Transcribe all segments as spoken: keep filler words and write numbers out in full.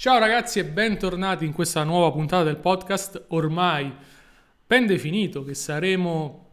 Ciao ragazzi e bentornati in questa nuova puntata del podcast, ormai ben definito che saremo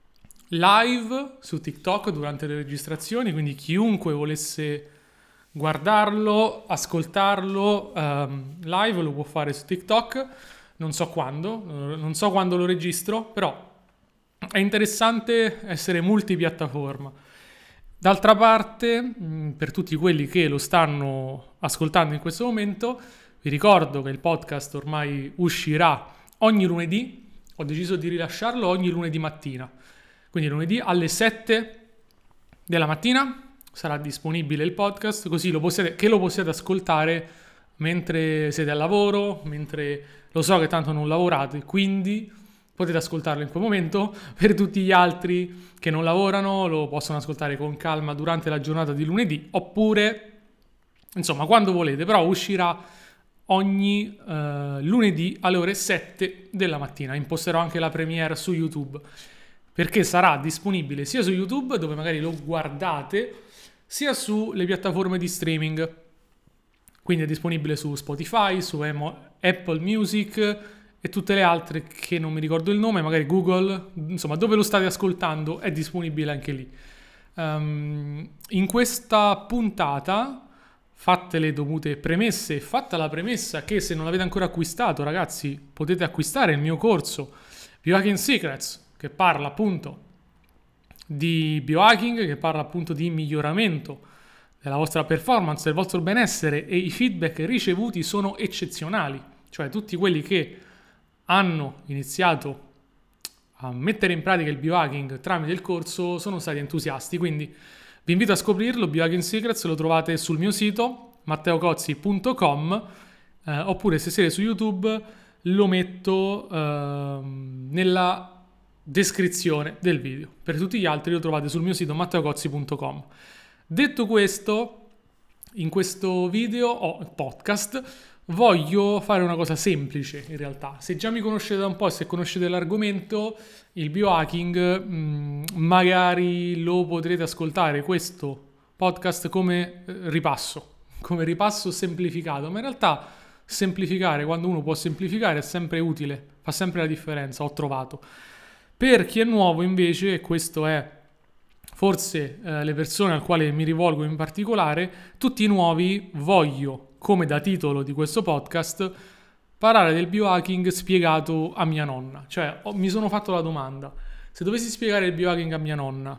live su TikTok durante le registrazioni, quindi chiunque volesse guardarlo, ascoltarlo ehm, live lo può fare su TikTok, non so quando, non so quando lo registro, però è interessante essere multipiattaforma. D'altra parte, mh, per tutti quelli che lo stanno ascoltando in questo momento, vi ricordo che il podcast ormai uscirà ogni lunedì. Ho deciso di rilasciarlo ogni lunedì mattina. Quindi lunedì alle sette della mattina sarà disponibile il podcast, così lo possiate, che lo possiate ascoltare mentre siete al lavoro, mentre lo so che tanto non lavorate, quindi potete ascoltarlo in quel momento. Per tutti gli altri che non lavorano lo possono ascoltare con calma durante la giornata di lunedì, oppure insomma quando volete, però uscirà ogni eh, lunedì alle ore sette della mattina. Imposterò anche la premiere su YouTube, perché sarà disponibile sia su YouTube, dove magari lo guardate, sia sulle piattaforme di streaming. Quindi è disponibile su Spotify, su Apple Music e tutte le altre che non mi ricordo il nome, magari Google, insomma dove lo state ascoltando è disponibile anche lì. Um, in questa puntata, fatte le dovute premesse, fatta la premessa che se non l'avete ancora acquistato, ragazzi, potete acquistare il mio corso Biohacking Secrets, che parla appunto di biohacking, che parla appunto di miglioramento della vostra performance, del vostro benessere, e i feedback ricevuti sono eccezionali. Cioè tutti quelli che hanno iniziato a mettere in pratica il biohacking tramite il corso sono stati entusiasti, quindi vi invito a scoprirlo. Biohacking Secrets lo trovate sul mio sito matteo cozzi punto com, eh, oppure se siete su YouTube lo metto eh, nella descrizione del video. Per tutti gli altri lo trovate sul mio sito matteo cozzi punto com. Detto questo, in questo video o podcast voglio fare una cosa semplice in realtà. Se già mi conoscete da un po' e se conoscete l'argomento, il biohacking, mh, magari lo potrete ascoltare questo podcast come eh, ripasso, come ripasso semplificato, ma in realtà semplificare, quando uno può semplificare, è sempre utile, fa sempre la differenza, ho trovato. Per chi è nuovo invece, e questo è forse eh, le persone al quale mi rivolgo in particolare, tutti i nuovi voglio, come da titolo di questo podcast, parlare del biohacking spiegato a mia nonna. Cioè, ho, mi sono fatto la domanda: se dovessi spiegare il biohacking a mia nonna,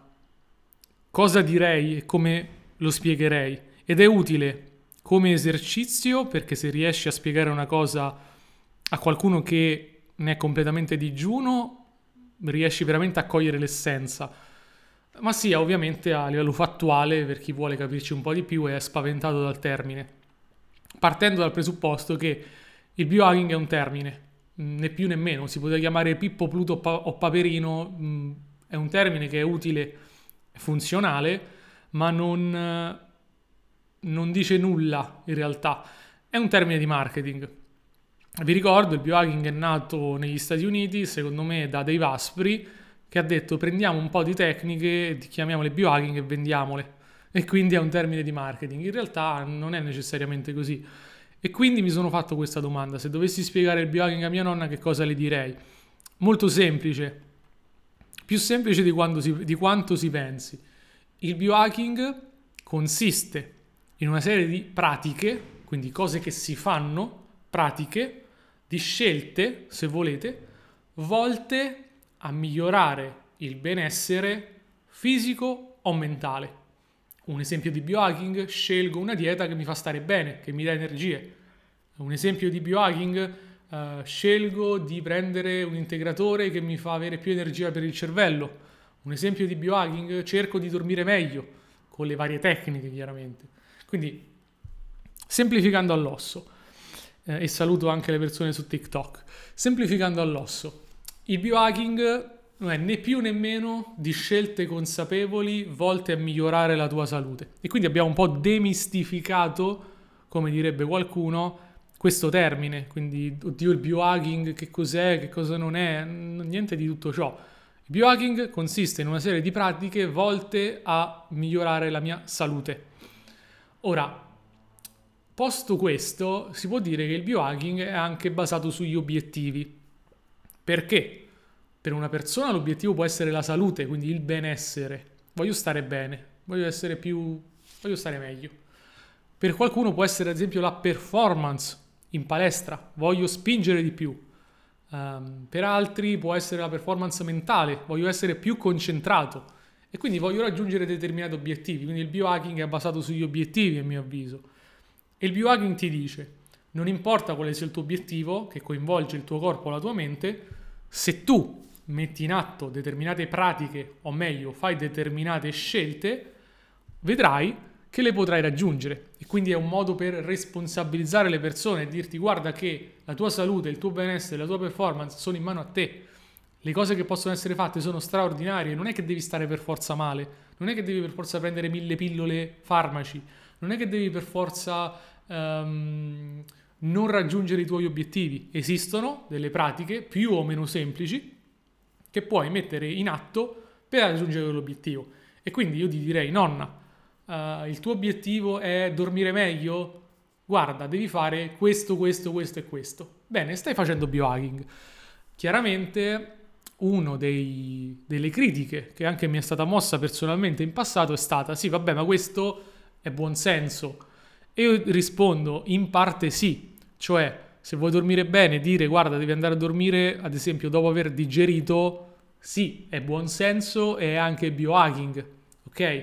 cosa direi e come lo spiegherei? Ed è utile come esercizio, perché se riesci a spiegare una cosa a qualcuno che ne è completamente digiuno, riesci veramente a cogliere l'essenza. Ma sia ovviamente a livello fattuale, per chi vuole capirci un po' di più e è spaventato dal termine, partendo dal presupposto che il biohacking è un termine, né più né meno. Si poteva chiamare Pippo, Pluto o Paperino, è un termine che è utile, funzionale, ma non, non dice nulla in realtà. È un termine di marketing. Vi ricordo, il biohacking è nato negli Stati Uniti, secondo me da Dave Asprey, che ha detto: prendiamo un po' di tecniche, chiamiamole biohacking e vendiamole. E quindi è un termine di marketing. In realtà non è necessariamente così. E quindi mi sono fatto questa domanda: se dovessi spiegare il biohacking a mia nonna, che cosa le direi? Molto semplice, più semplice di, quando si, di quanto si pensi. Il biohacking consiste in una serie di pratiche, quindi cose che si fanno, pratiche, di scelte, se volete, volte a migliorare il benessere fisico o mentale. Un esempio di biohacking: scelgo una dieta che mi fa stare bene, che mi dà energie. Un esempio di biohacking: uh, scelgo di prendere un integratore che mi fa avere più energia per il cervello. Un esempio di biohacking: cerco di dormire meglio, con le varie tecniche chiaramente. Quindi, semplificando all'osso, eh, e saluto anche le persone su TikTok, semplificando all'osso, il biohacking non è né più né meno di scelte consapevoli volte a migliorare la tua salute. E quindi abbiamo un po' demistificato, come direbbe qualcuno, questo termine. Quindi, oddio, il biohacking che cos'è, che cosa non è, niente di tutto ciò. Il biohacking consiste in una serie di pratiche volte a migliorare la mia salute. Ora, Posto questo, si può dire che il biohacking è anche basato sugli obiettivi. Perché? Per una persona l'obiettivo può essere la salute, quindi il benessere. Voglio stare bene, voglio essere più... voglio stare meglio. Per qualcuno può essere ad esempio la performance in palestra, voglio spingere di più. Um, per altri può essere la performance mentale, voglio essere più concentrato e quindi voglio raggiungere determinati obiettivi. Quindi il biohacking è basato sugli obiettivi, a mio avviso. E il biohacking ti dice, non importa quale sia il tuo obiettivo, che coinvolge il tuo corpo o la tua mente, se tu metti in atto determinate pratiche, o meglio, fai determinate scelte, vedrai che le potrai raggiungere. E quindi è un modo per responsabilizzare le persone e dirti guarda che la tua salute, il tuo benessere, la tua performance sono in mano a te. Le cose che possono essere fatte sono straordinarie, non è che devi stare per forza male, non è che devi per forza prendere mille pillole farmaci, non è che devi per forza um, non raggiungere i tuoi obiettivi. Esistono delle pratiche più o meno semplici che puoi mettere in atto per raggiungere l'obiettivo. E quindi io ti direi, nonna, Uh, il tuo obiettivo è dormire meglio? Guarda, devi fare questo, questo, questo e questo. Bene, stai facendo biohacking. Chiaramente una delle critiche che anche mi è stata mossa personalmente in passato è stata sì, vabbè, ma questo è buonsenso. E io rispondo in parte sì, cioè se vuoi dormire bene, dire guarda, devi andare a dormire ad esempio dopo aver digerito, sì, è buonsenso e è anche biohacking, ok?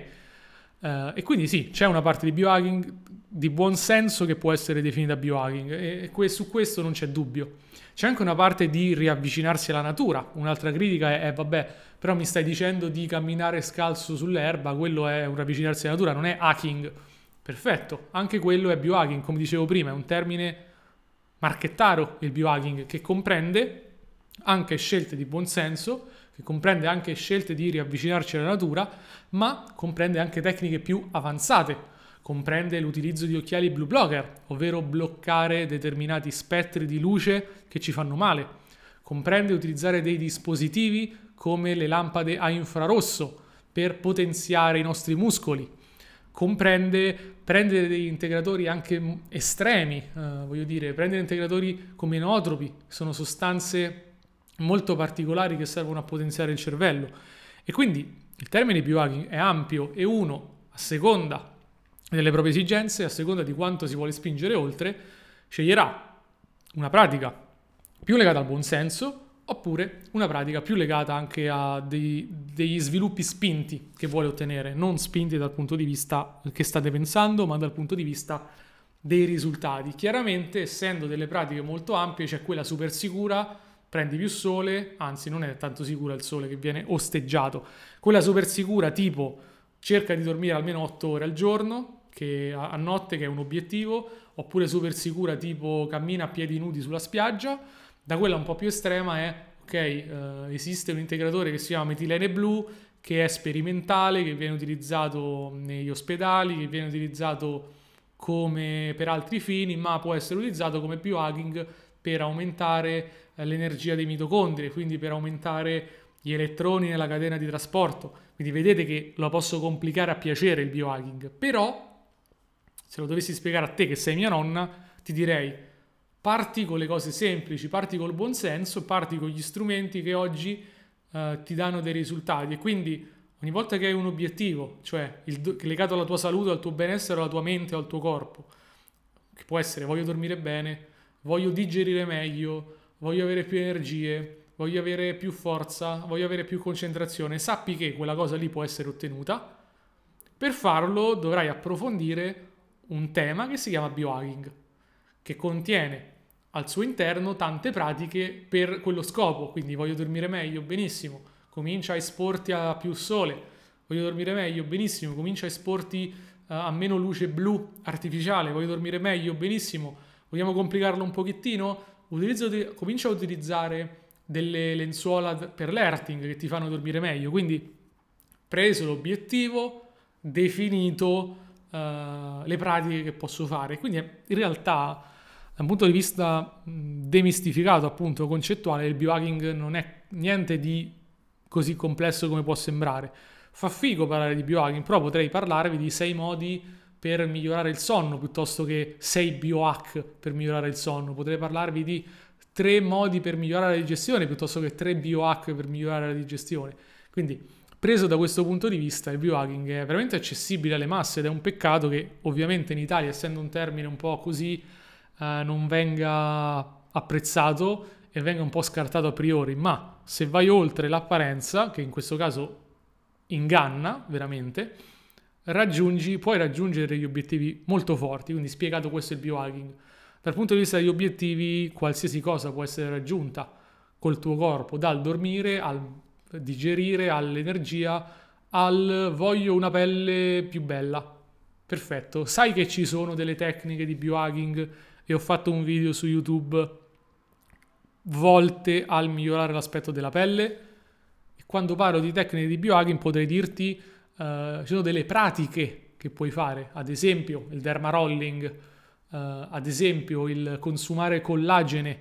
Uh, e quindi sì, c'è una parte di biohacking di buon senso che può essere definita biohacking e, e que- su questo non c'è dubbio. C'è anche una parte di riavvicinarsi alla natura. Un'altra critica è, eh, vabbè, però mi stai dicendo di camminare scalzo sull'erba, quello è un riavvicinarsi alla natura, non è hacking. Perfetto, anche quello è biohacking, come dicevo prima, è un termine marchettaro il biohacking che comprende anche scelte di buon senso, che comprende anche scelte di riavvicinarci alla natura, ma comprende anche tecniche più avanzate, comprende l'utilizzo di occhiali blue blocker, ovvero bloccare determinati spettri di luce che ci fanno male, comprende utilizzare dei dispositivi come le lampade a infrarosso per potenziare i nostri muscoli, comprende prendere degli integratori anche estremi, eh, voglio dire, prendere integratori come inotropi, sono sostanze molto particolari che servono a potenziare il cervello. E quindi il termine biohacking è ampio e uno, a seconda delle proprie esigenze, a seconda di quanto si vuole spingere oltre, sceglierà una pratica più legata al buonsenso oppure una pratica più legata anche a dei, degli sviluppi spinti che vuole ottenere, non spinti dal punto di vista che state pensando, ma dal punto di vista dei risultati. Chiaramente, essendo delle pratiche molto ampie, c'è quella super sicura, prendi più sole, anzi non è tanto sicura il sole che viene osteggiato, quella super sicura tipo cerca di dormire almeno otto ore al giorno, che a notte, che è un obiettivo, oppure super sicura tipo cammina a piedi nudi sulla spiaggia. Da quella un po' più estrema è ok, eh, esiste un integratore che si chiama metilene blu, che è sperimentale, che viene utilizzato negli ospedali, che viene utilizzato come per altri fini, ma può essere utilizzato come biohacking per aumentare eh, l'energia dei mitocondri, quindi per aumentare gli elettroni nella catena di trasporto. Quindi vedete che lo posso complicare a piacere il biohacking, però se lo dovessi spiegare a te che sei mia nonna, ti direi parti con le cose semplici, parti col buon senso, parti con gli strumenti che oggi eh, ti danno dei risultati. E quindi ogni volta che hai un obiettivo, cioè il, legato alla tua salute, al tuo benessere, alla tua mente o al tuo corpo, che può essere voglio dormire bene, voglio digerire meglio, voglio avere più energie, voglio avere più forza, voglio avere più concentrazione, sappi che quella cosa lì può essere ottenuta. Per farlo dovrai approfondire un tema che si chiama biohacking, che contiene al suo interno tante pratiche per quello scopo. Quindi voglio dormire meglio, benissimo, comincia a esporti a più sole. Voglio dormire meglio, benissimo, comincia a esporti a meno luce blu artificiale. Voglio dormire meglio, benissimo, vogliamo complicarlo un pochettino? Utilizzo de- comincia a utilizzare delle lenzuola per l'earthing che ti fanno dormire meglio. Quindi preso l'obiettivo, definito uh, le pratiche che posso fare. Quindi in realtà da un punto di vista demistificato, appunto concettuale, il biohacking non è niente di così complesso come può sembrare. Fa figo parlare di biohacking, però potrei parlarvi di sei modi per migliorare il sonno piuttosto che sei biohack per migliorare il sonno. Potrei parlarvi di tre modi per migliorare la digestione piuttosto che tre biohack per migliorare la digestione. Quindi, preso da questo punto di vista, il biohacking è veramente accessibile alle masse ed è un peccato che ovviamente in Italia, essendo un termine un po' così, eh, non venga apprezzato e venga un po' scartato a priori, ma se vai oltre l'apparenza, che in questo caso inganna veramente, raggiungi, puoi raggiungere degli obiettivi molto forti. Quindi, spiegato questo è il biohacking. Dal punto di vista degli obiettivi, qualsiasi cosa può essere raggiunta col tuo corpo, dal dormire al digerire, all'energia, al voglio una pelle più bella. Perfetto. Sai che ci sono delle tecniche di biohacking e ho fatto un video su YouTube volte al migliorare l'aspetto della pelle. E quando parlo di tecniche di biohacking potrei dirti uh, ci sono delle pratiche che puoi fare, ad esempio il derma rolling, uh, ad esempio il consumare collagene,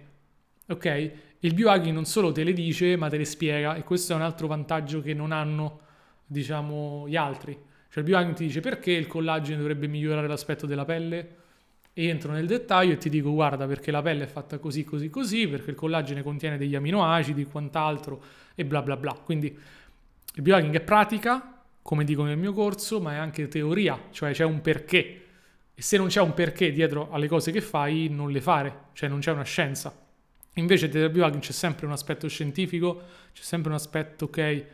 ok? Il biohacking non solo te le dice ma te le spiega, e questo è un altro vantaggio che non hanno, diciamo, gli altri. Cioè il biohacking ti dice perché il collagene dovrebbe migliorare l'aspetto della pelle, e entro nel dettaglio e ti dico guarda perché la pelle è fatta così così così, perché il collagene contiene degli aminoacidi, quant'altro e bla bla bla. Quindi il biohacking è pratica, come dico nel mio corso, ma è anche teoria, cioè c'è un perché, e se non c'è un perché dietro alle cose che fai non le fare, cioè non c'è una scienza. Invece del biohacking c'è sempre un aspetto scientifico, c'è sempre un aspetto ok,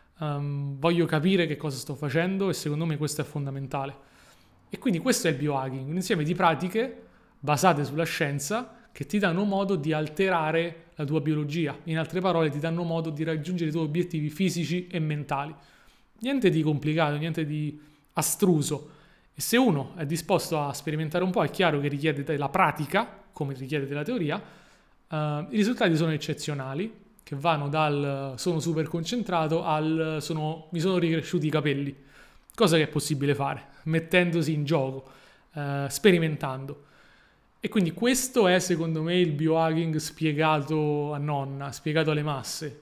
um, voglio capire che cosa sto facendo, e secondo me questo è fondamentale. E quindi questo è il biohacking, un insieme di pratiche basate sulla scienza che ti danno modo di alterare la tua biologia. In altre parole, ti danno modo di raggiungere i tuoi obiettivi fisici e mentali. Niente di complicato, niente di astruso. E se uno è disposto a sperimentare un po', è chiaro che richiede la pratica, come richiede la teoria. Uh, I risultati sono eccezionali, che vanno dal sono super concentrato al sono, mi sono ricresciuti i capelli. Cosa che è possibile fare, mettendosi in gioco, eh, sperimentando. E quindi questo è secondo me il biohacking spiegato a nonna, spiegato alle masse.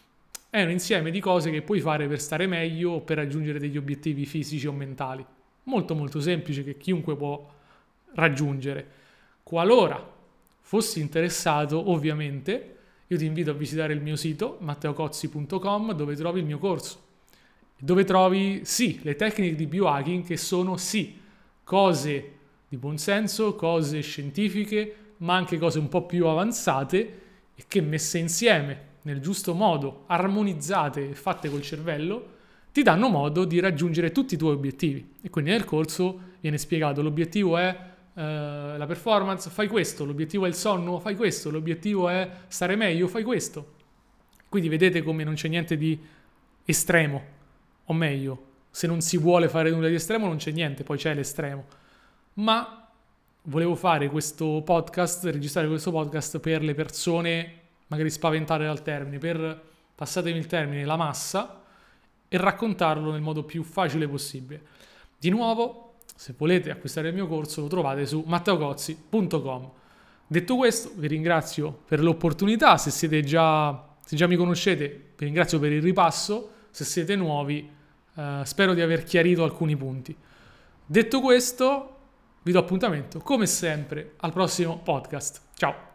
È un insieme di cose che puoi fare per stare meglio o per raggiungere degli obiettivi fisici o mentali. Molto molto semplice, che chiunque può raggiungere. Qualora fossi interessato, ovviamente, io ti invito a visitare il mio sito matteo cozzi punto com, dove trovi il mio corso, dove trovi sì le tecniche di biohacking, che sono sì cose di buonsenso, cose scientifiche, ma anche cose un po' più avanzate, e che messe insieme nel giusto modo, armonizzate e fatte col cervello, ti danno modo di raggiungere tutti i tuoi obiettivi. E quindi nel corso viene spiegato: l'obiettivo è eh, la performance, fai questo; l'obiettivo è il sonno, fai questo; l'obiettivo è stare meglio, fai questo. Quindi vedete come non c'è niente di estremo. O meglio, se non si vuole fare nulla di estremo non c'è niente, poi c'è l'estremo. Ma volevo fare questo podcast, registrare questo podcast per le persone magari spaventate dal termine, per, passatemi il termine, la massa, e raccontarlo nel modo più facile possibile. Di nuovo, se volete acquistare il mio corso lo trovate su matteo cozzi punto com. Detto questo, vi ringrazio per l'opportunità. Se siete già, se già mi conoscete, vi ringrazio per il ripasso. Se siete nuovi, eh, spero di aver chiarito alcuni punti. Detto questo, vi do appuntamento, come sempre, al prossimo podcast. Ciao!